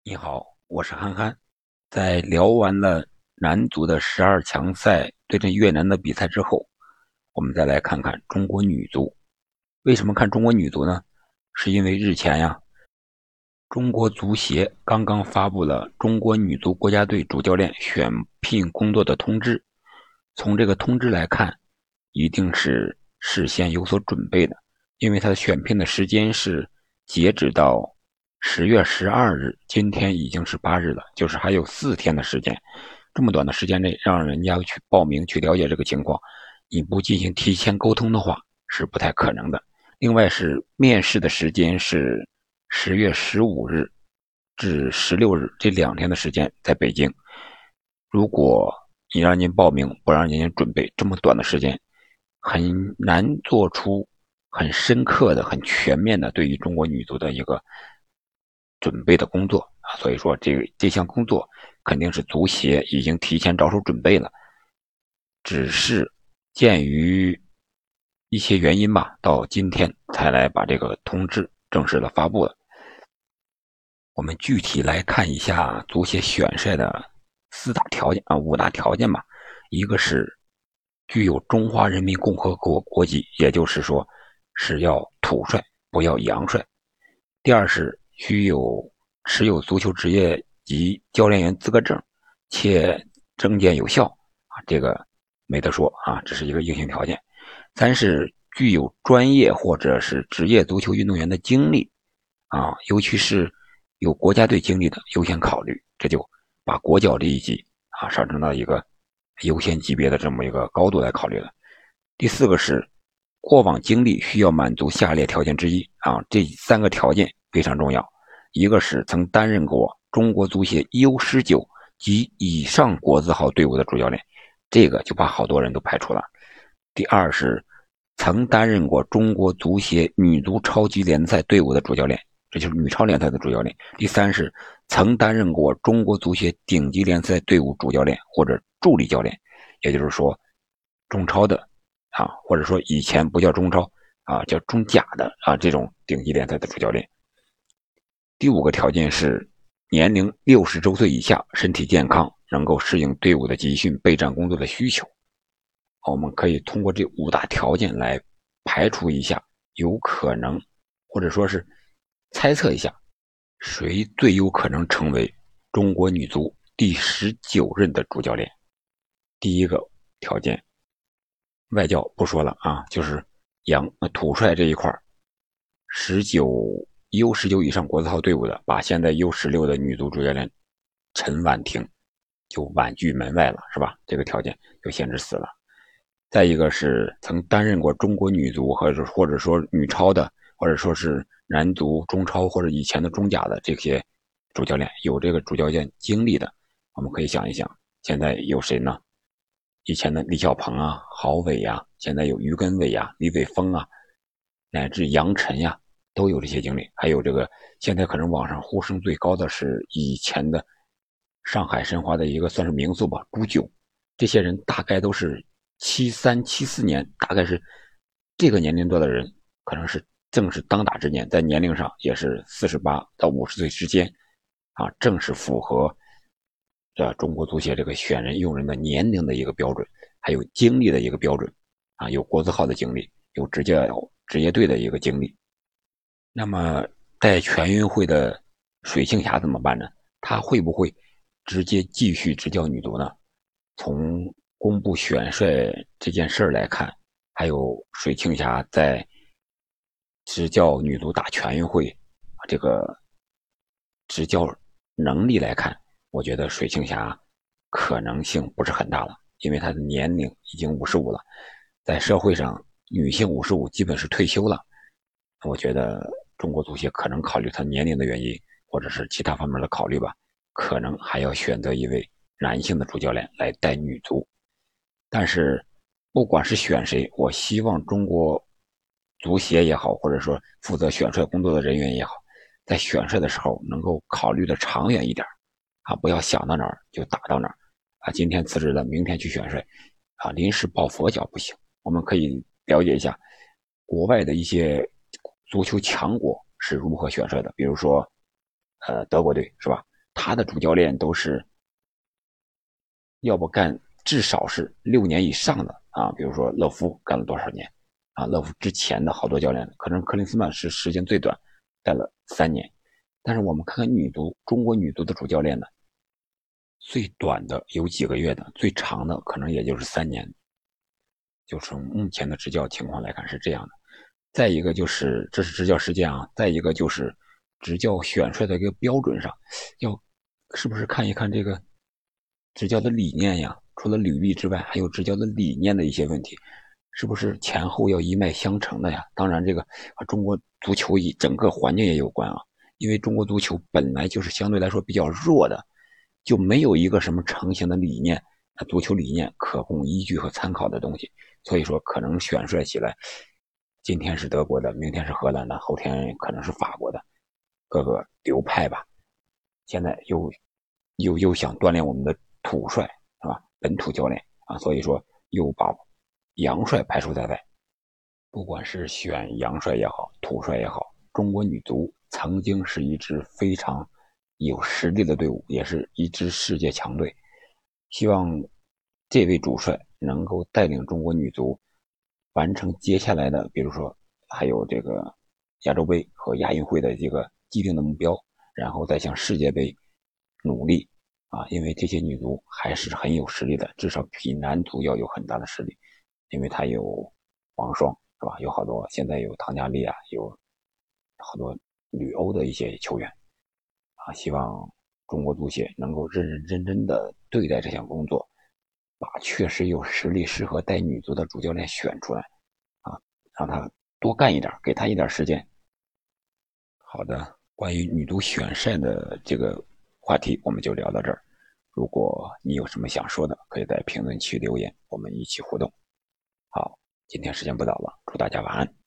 你好，我是憨憨。在聊完了男足的12强赛对阵越南的比赛之后，我们再来看看中国女足。为什么看中国女足呢？是因为日前中国足协刚刚发布了中国女足国家队主教练选聘工作的通知。从这个通知来看，一定是事先有所准备的，因为他选聘的时间是截止到10月12日，今天已经是8日了，就是还有4天的时间。这么短的时间内，让人家去报名去了解这个情况，你不进行提前沟通的话，是不太可能的。另外是面试的时间是10月15日至16日这2天的时间在北京。如果你让您报名，不让您准备，这么短的时间，很难做出很深刻的、很全面的对于中国女足的一个准备的工作啊。所以说，这项工作肯定是足协已经提前着手准备了，只是鉴于一些原因吧，到今天才来把这个通知正式的发布了。我们具体来看一下足协选帅的五大条件吧。一个是具有中华人民共和国国籍，也就是说是要土帅，不要洋帅。第二是持有足球职业及教练员资格证，且证件有效啊，这个没得说啊，这是一个硬性条件。三是具有专业或者是职业足球运动员的经历啊，尤其是有国家队经历的优先考虑，这就把国脚这一级啊上升到一个优先级别的这么一个高度来考虑了。第四个是过往经历需要满足下列条件之一啊，这3个条件非常重要。一个是曾担任过中国足协 U19及以上国字号队伍的主教练，这个就把好多人都排除了。第二是曾担任过中国足协女足超级联赛队伍的主教练，这就是女超联赛的主教练。第三是曾担任过中国足协顶级联赛队伍主教练或者助理教练，也就是说中超的啊，或者说以前不叫中超啊，叫中甲的啊这种顶级联赛的主教练。第五个条件是年龄60周岁以下，身体健康，能够适应队伍的集训备战工作的需求。我们可以通过这5大条件来排除一下有可能，或者说是猜测一下谁最有可能成为中国女足第19任的主教练。第一个条件，外教不说了啊，就是土帅这一块，U19以上国字号队伍的，把现在 U16的女足主教练陈婉婷就婉拒门外了，是吧？这个条件就限制死了。再一个是曾担任过中国女足或者说女超的，或者说是男足、中超或者以前的中甲的这些主教练，有这个主教练经历的，我们可以想一想，现在有谁呢？以前的李小鹏啊、郝伟呀，现在有于根伟呀、李伟峰啊，乃至杨晨呀，都有这些经历。还有这个现在可能网上呼声最高的是以前的上海申花的一个算是名宿吧，朱九。这些人大概都是73、74年，大概是这个年龄段的人，可能是正是当打之年，在年龄上也是48到50岁之间啊，正是符合中国足协这个选人用人的年龄的一个标准，还有经历的一个标准啊，有国字号的经历，有职业队的一个经历。那么在全运会的水庆霞怎么办呢？他会不会直接继续执教女足呢？从公布选帅这件事来看，还有水庆霞在执教女足打全运会这个执教能力来看，我觉得水庆霞可能性不是很大了，因为她的年龄已经55了，在社会上女性55基本是退休了。我觉得中国足协可能考虑她年龄的原因，或者是其他方面的考虑吧，可能还要选择一位男性的主教练来带女足。但是不管是选谁，我希望中国足协也好，或者说负责选帅工作的人员也好，在选帅的时候能够考虑的长远一点啊，不要想到哪儿就打到哪儿啊，今天辞职了，明天去选帅啊，临时抱佛脚不行。我们可以了解一下国外的一些足球强国是如何选帅的，比如说德国队是吧？ 他的主教练都是要不干至少是6年以上的啊，比如说勒夫干了多少年啊？勒夫之前的好多教练，可能克林斯曼是时间最短，带了3年。但是我们看看女足，中国女足的主教练呢，最短的有几个月的，最长的可能也就是3年。就从目前的执教情况来看是这样的。再一个就是这是执教时间啊，再一个就是执教选帅的一个标准上，要是不是看一看这个执教的理念呀？除了履历之外，还有执教的理念的一些问题，是不是前后要一脉相承的呀？当然，这个和中国足球以整个环境也有关啊，因为中国足球本来就是相对来说比较弱的，就没有一个什么成型的理念，足球理念可供依据和参考的东西，所以说可能选帅起来，今天是德国的，明天是荷兰的，后天可能是法国的，各个流派吧。现在又想锻炼我们的土帅，是吧？本土教练啊，所以说又把洋帅排除在外。不管是选洋帅也好，土帅也好，中国女足曾经是一支非常有实力的队伍，也是一支世界强队。希望这位主帅能够带领中国女足完成接下来的，比如说还有这个亚洲杯和亚运会的这个既定的目标，然后再向世界杯努力啊！因为这些女足还是很有实力的，至少比男足要有很大的实力，因为她有王霜。是吧？有好多现在有唐佳丽啊，有好多旅欧的一些球员啊，希望中国足协能够认认真真的对待这项工作，把确实有实力适合带女足的主教练选出来啊，让他多干一点，给他一点时间。好的，关于女足选帅的这个话题，我们就聊到这儿。如果你有什么想说的，可以在评论区留言，我们一起互动。好，今天时间不早了，祝大家晚安。